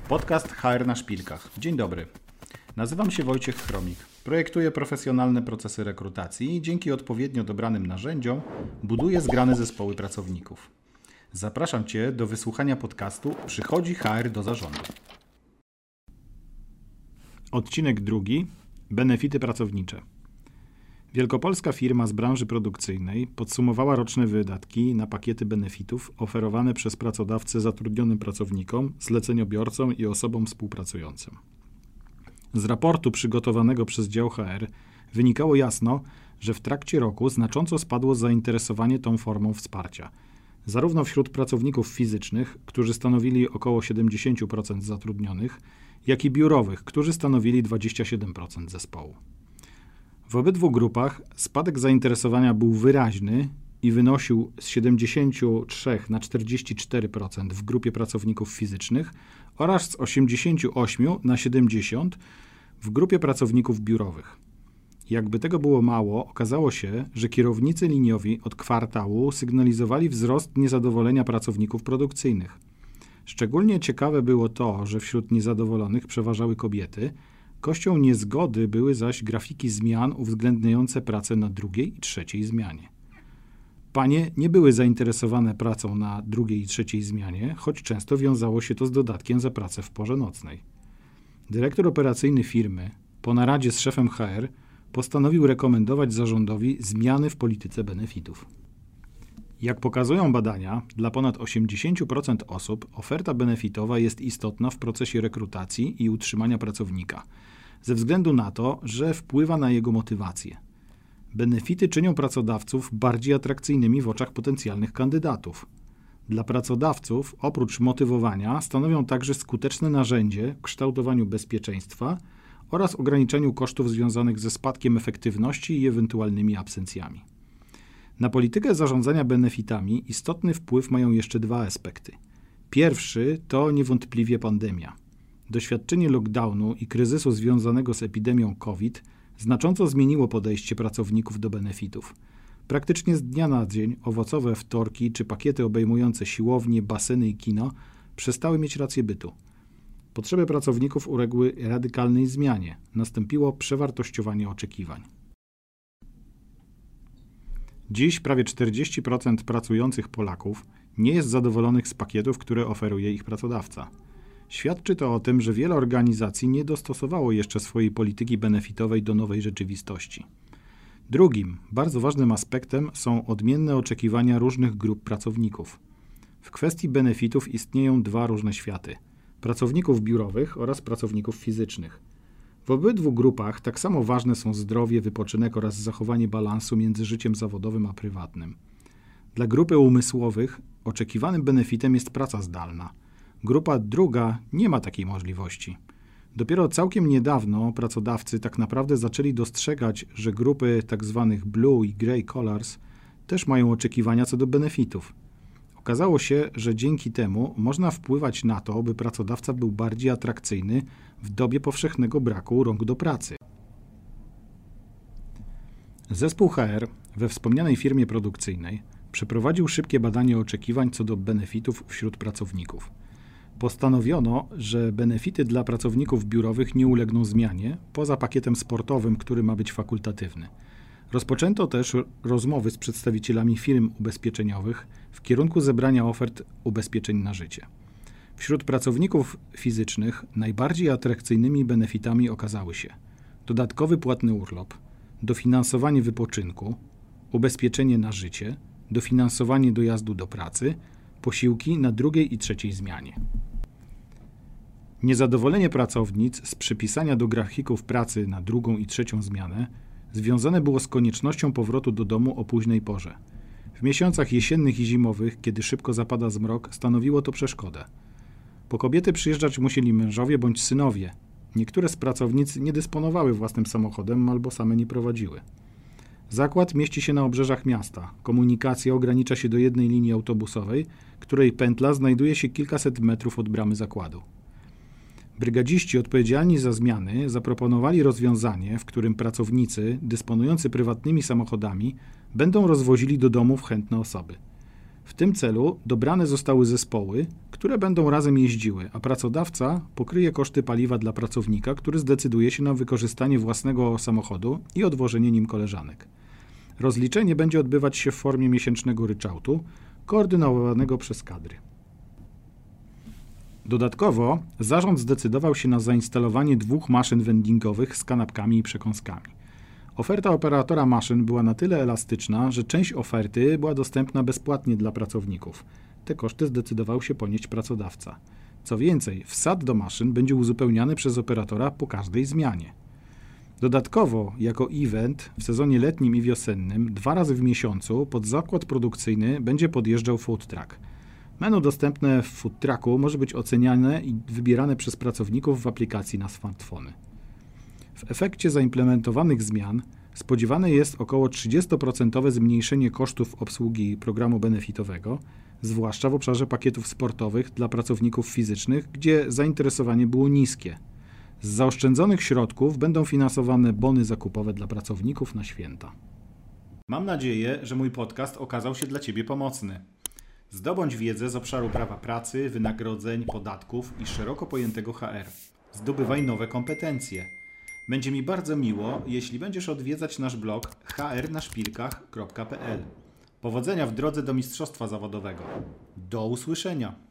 Podcast HR na szpilkach. Dzień dobry. Nazywam się Wojciech Chromik. Projektuję profesjonalne procesy rekrutacji i dzięki odpowiednio dobranym narzędziom buduję zgrane zespoły pracowników. Zapraszam Cię do wysłuchania podcastu Przychodzi HR do zarządu. Odcinek 2. Benefity pracownicze. Wielkopolska firma z branży produkcyjnej podsumowała roczne wydatki na pakiety benefitów oferowane przez pracodawcę zatrudnionym pracownikom, zleceniobiorcom i osobom współpracującym. Z raportu przygotowanego przez dział HR wynikało jasno, że w trakcie roku znacząco spadło zainteresowanie tą formą wsparcia, zarówno wśród pracowników fizycznych, którzy stanowili około 70% zatrudnionych, jak i biurowych, którzy stanowili 27% zespołu. W obydwu grupach spadek zainteresowania był wyraźny i wynosił z 73 na 44% w grupie pracowników fizycznych oraz z 88 na 70% w grupie pracowników biurowych. Jakby tego było mało, okazało się, że kierownicy liniowi od kwartału sygnalizowali wzrost niezadowolenia pracowników produkcyjnych. Szczególnie ciekawe było to, że wśród niezadowolonych przeważały kobiety, kością niezgody były zaś grafiki zmian uwzględniające pracę na drugiej i trzeciej zmianie. Panie nie były zainteresowane pracą na drugiej i trzeciej zmianie, choć często wiązało się to z dodatkiem za pracę w porze nocnej. Dyrektor operacyjny firmy, po naradzie z szefem HR, postanowił rekomendować zarządowi zmiany w polityce benefitów. Jak pokazują badania, dla ponad 80% osób oferta benefitowa jest istotna w procesie rekrutacji i utrzymania pracownika, ze względu na to, że wpływa na jego motywację. Benefity czynią pracodawców bardziej atrakcyjnymi w oczach potencjalnych kandydatów. Dla pracodawców, oprócz motywowania, stanowią także skuteczne narzędzie w kształtowaniu bezpieczeństwa oraz ograniczeniu kosztów związanych ze spadkiem efektywności i ewentualnymi absencjami. Na politykę zarządzania benefitami istotny wpływ mają jeszcze dwa aspekty. Pierwszy to niewątpliwie pandemia. Doświadczenie lockdownu i kryzysu związanego z epidemią COVID znacząco zmieniło podejście pracowników do benefitów. Praktycznie z dnia na dzień owocowe wtorki czy pakiety obejmujące siłownie, baseny i kino przestały mieć rację bytu. Potrzeby pracowników uległy radykalnej zmianie. Nastąpiło przewartościowanie oczekiwań. Dziś prawie 40% pracujących Polaków nie jest zadowolonych z pakietów, które oferuje ich pracodawca. Świadczy to o tym, że wiele organizacji nie dostosowało jeszcze swojej polityki benefitowej do nowej rzeczywistości. Drugim, bardzo ważnym aspektem są odmienne oczekiwania różnych grup pracowników. W kwestii benefitów istnieją dwa różne światy – pracowników biurowych oraz pracowników fizycznych. W obydwu grupach tak samo ważne są zdrowie, wypoczynek oraz zachowanie balansu między życiem zawodowym a prywatnym. Dla grupy umysłowych oczekiwanym benefitem jest praca zdalna. Grupa druga nie ma takiej możliwości. Dopiero całkiem niedawno pracodawcy tak naprawdę zaczęli dostrzegać, że grupy tzw. blue i grey collars też mają oczekiwania co do benefitów. Okazało się, że dzięki temu można wpływać na to, by pracodawca był bardziej atrakcyjny w dobie powszechnego braku rąk do pracy. Zespół HR we wspomnianej firmie produkcyjnej przeprowadził szybkie badanie oczekiwań co do benefitów wśród pracowników. Postanowiono, że benefity dla pracowników biurowych nie ulegną zmianie, poza pakietem sportowym, który ma być fakultatywny. Rozpoczęto też rozmowy z przedstawicielami firm ubezpieczeniowych w kierunku zebrania ofert ubezpieczeń na życie. Wśród pracowników fizycznych najbardziej atrakcyjnymi benefitami okazały się dodatkowy płatny urlop, dofinansowanie wypoczynku, ubezpieczenie na życie, dofinansowanie dojazdu do pracy, posiłki na drugiej i trzeciej zmianie. Niezadowolenie pracownic z przypisania do grafików pracy na drugą i trzecią zmianę związane było z koniecznością powrotu do domu o późnej porze. W miesiącach jesiennych i zimowych, kiedy szybko zapada zmrok, stanowiło to przeszkodę. Po kobiety przyjeżdżać musieli mężowie bądź synowie. Niektóre z pracownic nie dysponowały własnym samochodem albo same nie prowadziły. Zakład mieści się na obrzeżach miasta. Komunikacja ogranicza się do jednej linii autobusowej, której pętla znajduje się kilkaset metrów od bramy zakładu. Brygadziści odpowiedzialni za zmiany zaproponowali rozwiązanie, w którym pracownicy dysponujący prywatnymi samochodami będą rozwozili do domów chętne osoby. W tym celu dobrane zostały zespoły, które będą razem jeździły, a pracodawca pokryje koszty paliwa dla pracownika, który zdecyduje się na wykorzystanie własnego samochodu i odwożenie nim koleżanek. Rozliczenie będzie odbywać się w formie miesięcznego ryczałtu, koordynowanego przez kadry. Dodatkowo zarząd zdecydował się na zainstalowanie 2 maszyn vendingowych z kanapkami i przekąskami. Oferta operatora maszyn była na tyle elastyczna, że część oferty była dostępna bezpłatnie dla pracowników. Te koszty zdecydował się ponieść pracodawca. Co więcej, wsad do maszyn będzie uzupełniany przez operatora po każdej zmianie. Dodatkowo, jako event w sezonie letnim i wiosennym 2 razy w miesiącu pod zakład produkcyjny będzie podjeżdżał food truck. Menu dostępne w food trucku może być oceniane i wybierane przez pracowników w aplikacji na smartfony. W efekcie zaimplementowanych zmian spodziewane jest około 30% zmniejszenie kosztów obsługi programu benefitowego, zwłaszcza w obszarze pakietów sportowych dla pracowników fizycznych, gdzie zainteresowanie było niskie. Z zaoszczędzonych środków będą finansowane bony zakupowe dla pracowników na święta. Mam nadzieję, że mój podcast okazał się dla Ciebie pomocny. Zdobądź wiedzę z obszaru prawa pracy, wynagrodzeń, podatków i szeroko pojętego HR. Zdobywaj nowe kompetencje. Będzie mi bardzo miło, jeśli będziesz odwiedzać nasz blog hrnaszpilkach.pl. Powodzenia w drodze do mistrzostwa zawodowego. Do usłyszenia!